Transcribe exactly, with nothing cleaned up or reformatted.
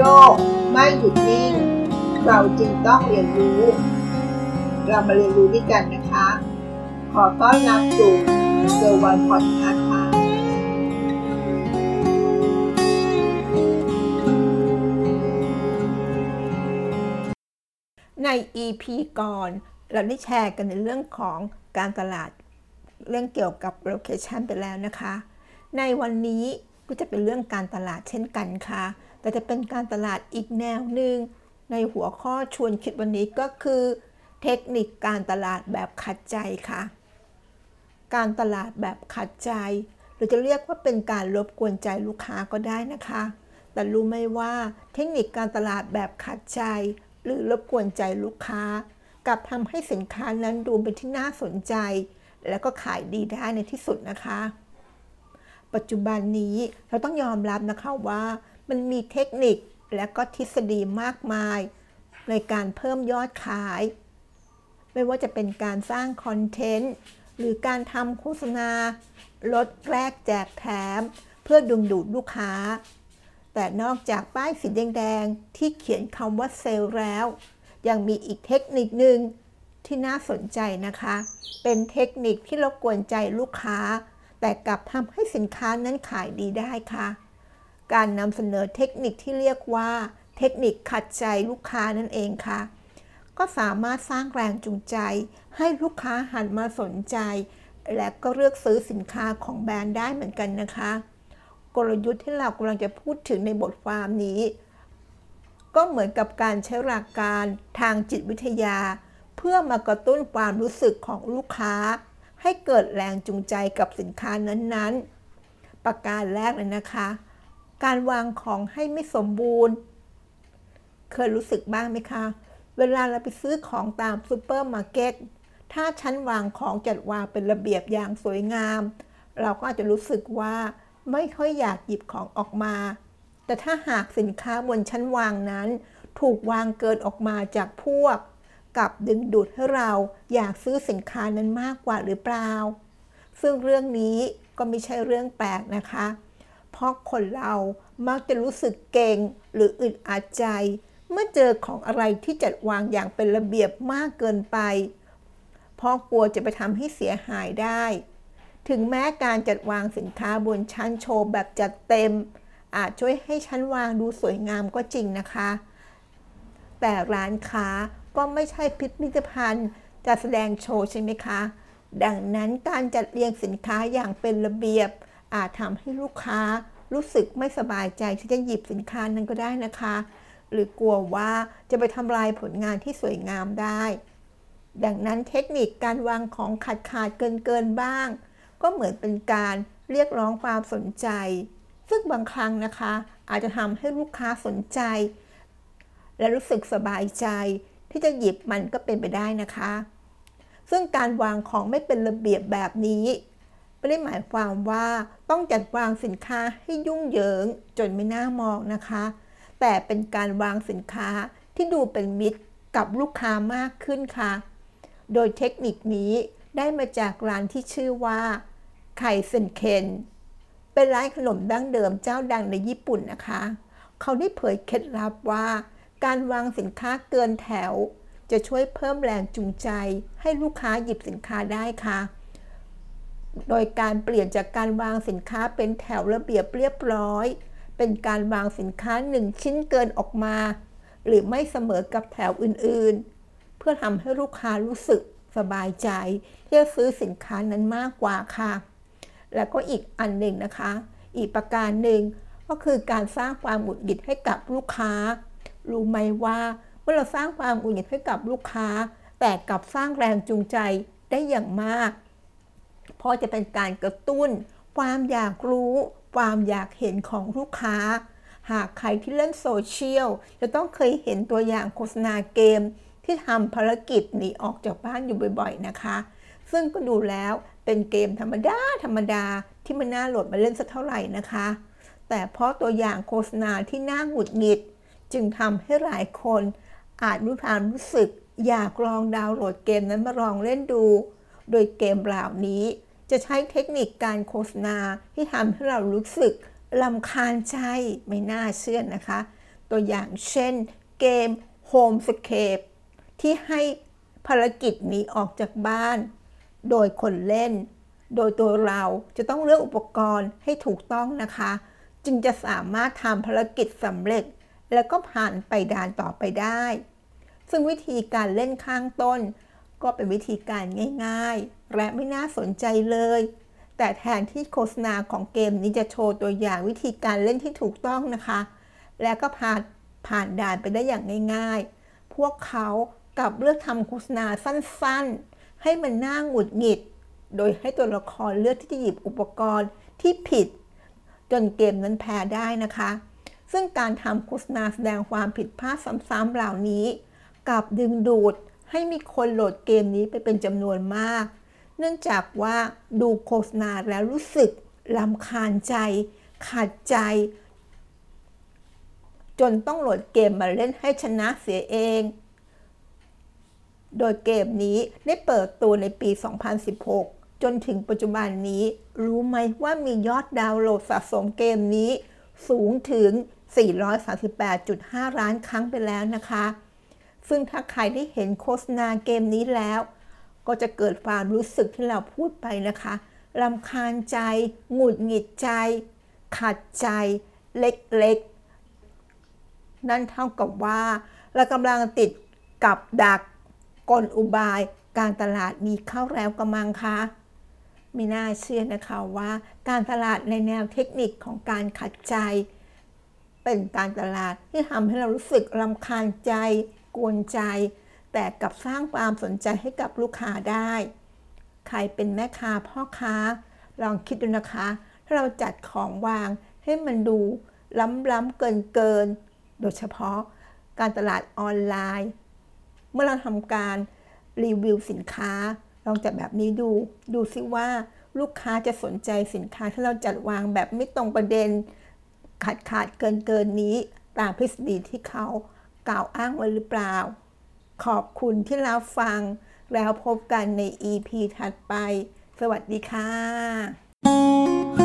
กไม่หยุดนิ่งเราจึงต้องเรียนรู้เรามาเรียนรู้ด้วยกันนะคะขอต้อนรับสู่เซอร์วันพอดคาสต์ค่ะใน อี พี ก่อนเราได้แชร์กันในเรื่องของการตลาดเรื่องเกี่ยวกับโลเคชันไปแล้วนะคะในวันนี้ก็จะเป็นเรื่องการตลาดเช่นกันค่ะแต่จะเป็นการตลาดอีกแนวหนึ่งในหัวข้อชวนคิดวันนี้ก็คือเทคนิคการตลาดแบบขัดใจค่ะการตลาดแบบขัดใจหรือจะเรียกว่าเป็นการรบกวนใจลูกค้าก็ได้นะคะแต่รู้ไหมว่าเทคนิคการตลาดแบบขัดใจหรือรบกวนใจลูกค้ากลับทำให้สินค้านั้นดูเป็นที่น่าสนใจและก็ขายดีได้ในที่สุดนะคะปัจจุบันนี้เราต้องยอมรับนะคะว่ามันมีเทคนิคและก็ทฤษฎีมากมายในการเพิ่มยอดขายไม่ว่าจะเป็นการสร้างคอนเทนต์หรือการทำโฆษณาลดแลกแจกแถมเพื่อดึงดูดลูกค้าแต่นอกจากป้ายสีแดงๆที่เขียนคำว่าเซลล์แล้วยังมีอีกเทคนิคหนึ่งที่น่าสนใจนะคะเป็นเทคนิคที่รบกวนใจลูกค้าแต่กลับทำให้สินค้านั้นขายดีได้ค่ะการนำเสนอเทคนิคที่เรียกว่าเทคนิคขัดใจลูกค้านั่นเองค่ะก็สามารถสร้างแรงจูงใจให้ลูกค้าหันมาสนใจและก็เลือกซื้อสินค้าของแบรนด์ได้เหมือนกันนะคะกลยุทธ์ที่เรากำลังจะพูดถึงในบทความนี้ก็เหมือนกับการใช้หลักการทางจิตวิทยาเพื่อมากระตุ้นความรู้สึกของลูกค้าให้เกิดแรงจูงใจกับสินค้านั้นๆประการแรกเลยนะคะการวางของให้ไม่สมบูรณ์เคยรู้สึกบ้างไหมคะเวลาเราไปซื้อของตามซูเปอร์มาร์เก็ตถ้าชั้นวางของจัดวางเป็นระเบียบอย่างสวยงามเราก็อาจจะรู้สึกว่าไม่ค่อยอยากหยิบของออกมาแต่ถ้าหากสินค้าบนชั้นวางนั้นถูกวางเกินออกมาจากพวกกับดึงดูดให้เราอยากซื้อสินค้านั้นมากกว่าหรือเปล่าซึ่งเรื่องนี้ก็ไม่ใช่เรื่องแปลกนะคะเพราะคนเรามักจะรู้สึกเกรงหรืออึดอัดใจเมื่อเจอของอะไรที่จัดวางอย่างเป็นระเบียบมากเกินไปเพราะกลัวจะไปทำให้เสียหายได้ถึงแม้การจัดวางสินค้าบนชั้นโชว์แบบจัดเต็มอาจช่วยให้ชั้นวางดูสวยงามก็จริงนะคะแต่ร้านค้าก็ไม่ใช่พิพิธภัณฑ์จะแสดงโชว์ใช่ไหมคะดังนั้นการจัดเรียงสินค้าอย่างเป็นระเบียบอาจทำให้ลูกค้ารู้สึกไม่สบายใจที่จะหยิบสินค้านั้นก็ได้นะคะหรือกลัวว่าจะไปทำลายผลงานที่สวยงามได้ดังนั้นเทคนิคการวางของขาดขาดเกินเกินบ้างก็เหมือนเป็นการเรียกร้องความสนใจซึ่งบางครั้งนะคะอาจจะทำให้ลูกค้าสนใจและรู้สึกสบายใจที่จะหยิบมันก็เป็นไปได้นะคะซึ่งการวางของไม่เป็นระเบียบแบบนี้ไม่ได้หมายความว่าต้องจัดวางสินค้าให้ยุ่งเหยิงจนไม่น่ามองนะคะแต่เป็นการวางสินค้าที่ดูเป็นมิตรกับลูกค้ามากขึ้นค่ะโดยเทคนิคนี้ได้มาจากร้านที่ชื่อว่าไคเซ็นเคนเป็นร้านขนมดั้งเดิมเจ้าดังในญี่ปุ่นนะคะเขาได้เผยเคล็ดลับว่าการวางสินค้าเกินแถวจะช่วยเพิ่มแรงจูงใจให้ลูกค้าหยิบสินค้าได้ค่ะโดยการเปลี่ยนจากการวางสินค้าเป็นแถวระเบียบเรียบร้อยเป็นการวางสินค้าหนึ่งชิ้นเกินออกมาหรือไม่เสมอกับแถวอื่นๆเพื่อทำให้ลูกค้ารู้สึกสบายใจที่จะซื้อสินค้านั้นมากกว่าค่ะแล้วก็อีกอันหนึ่งนะคะอีกประการหนึ่งก็คือการสร้างความหงุดหงิดให้กับลูกค้ารู้ไหมว่าเมื่อเราสร้างความหงุดหงิดให้กับลูกค้าแต่กลับสร้างแรงจูงใจได้อย่างมากเพราะจะเป็นการกระตุ้นความอยากรู้ความอยากเห็นของลูกค้าหากใครที่เล่นโซเชียลจะต้องเคยเห็นตัวอย่างโฆษณาเกมที่ทำภารกิจหนีออกจากบ้านอยู่บ่อยๆนะคะซึ่งก็ดูแล้วเป็นเกมธรรมดาธรรมดาที่ไม่น่าโหลดมาเล่นสักเท่าไหร่นะคะแต่เพราะตัวอย่างโฆษณาที่น่าหงุดหงิดจึงทำให้หลายคนอาจมีความรู้สึกอยากลองดาวน์โหลดเกมนั้นมาลองเล่นดูโดยเกมเหล่านี้จะใช้เทคนิคการโฆษณาที่ทำให้เรารู้สึกรำคาญใจไม่น่าเชื่อนะคะตัวอย่างเช่นเกม Homescape ที่ให้ภารกิจหนีออกจากบ้านโดยคนเล่นโดยตัวเราจะต้องเลือกอุปกรณ์ให้ถูกต้องนะคะจึงจะสามารถทำภารกิจสำเร็จแล้วก็ผ่านไปด่านต่อไปได้ซึ่งวิธีการเล่นข้างต้นก็เป็นวิธีการง่ายๆและไม่น่าสนใจเลยแต่แทนที่โฆษณาของเกมนี้จะโชว์ตัวอย่างวิธีการเล่นที่ถูกต้องนะคะแล้วก็ผ่านผ่านด่านไปได้อย่างง่ายๆพวกเขากลับเลือกทำโฆษณาสั้นๆให้มันน่าหงุดหงิดโดยให้ตัวละครเลือกที่จะหยิบอุปกรณ์ที่ผิดจนเกมนั้นแพ้ได้นะคะซึ่งการทำโฆษณาแสดงความผิดพลาดซ้ำๆเหล่านี้กลับดึงดูดให้มีคนโหลดเกมนี้ไปเป็นจำนวนมากเนื่องจากว่าดูโฆษณาแล้วรู้สึกรำคาญใจขัดใจจนต้องโหลดเกมมาเล่นให้ชนะเสียเองโดยเกมนี้ได้เปิดตัวในปี สองพันสิบหก จนถึงปัจจุบันนี้รู้ไหมว่ามียอดดาวน์โหลดสะสมเกมนี้สูงถึง สี่ร้อยสามสิบแปดจุดห้า ล้านครั้งไปแล้วนะคะซึ่งถ้าใครได้เห็นโฆษณาเกมนี้แล้วก็จะเกิดความรู้สึกที่เราพูดไปนะคะรำคาญใจหงุดหงิดใจขัดใจเล็กๆนั่นเท่ากับว่าเรากำลังติดกับดักกลอุบายการตลาดมีเข้าแล้วกำลังคะไม่น่าเชื่อนะคะว่าการตลาดในแนวเทคนิคของการขัดใจเป็นการตลาดที่ทำให้เรารู้สึกรำคาญใจกวนใจแต่กลับสร้างความสนใจให้กับลูกค้าได้ใครเป็นแม่ค้าพ่อค้าลองคิดดูนะคะถ้าเราจัดของวางให้มันดูล้ำๆเกินๆโดยเฉพาะการตลาดออนไลน์เมื่อเราทำการรีวิวสินค้าลองจัดแบบนี้ดูดูซิว่าลูกค้าจะสนใจสินค้าที่เราจัดวางแบบไม่ตรงประเด็นขาดขาดเกินเกินนี้ตามทฤษฎีที่เขากล่าวอ้างไว้หรือเปล่าขอบคุณที่รับฟังแล้วพบกันใน อี พี ถัดไปสวัสดีค่ะ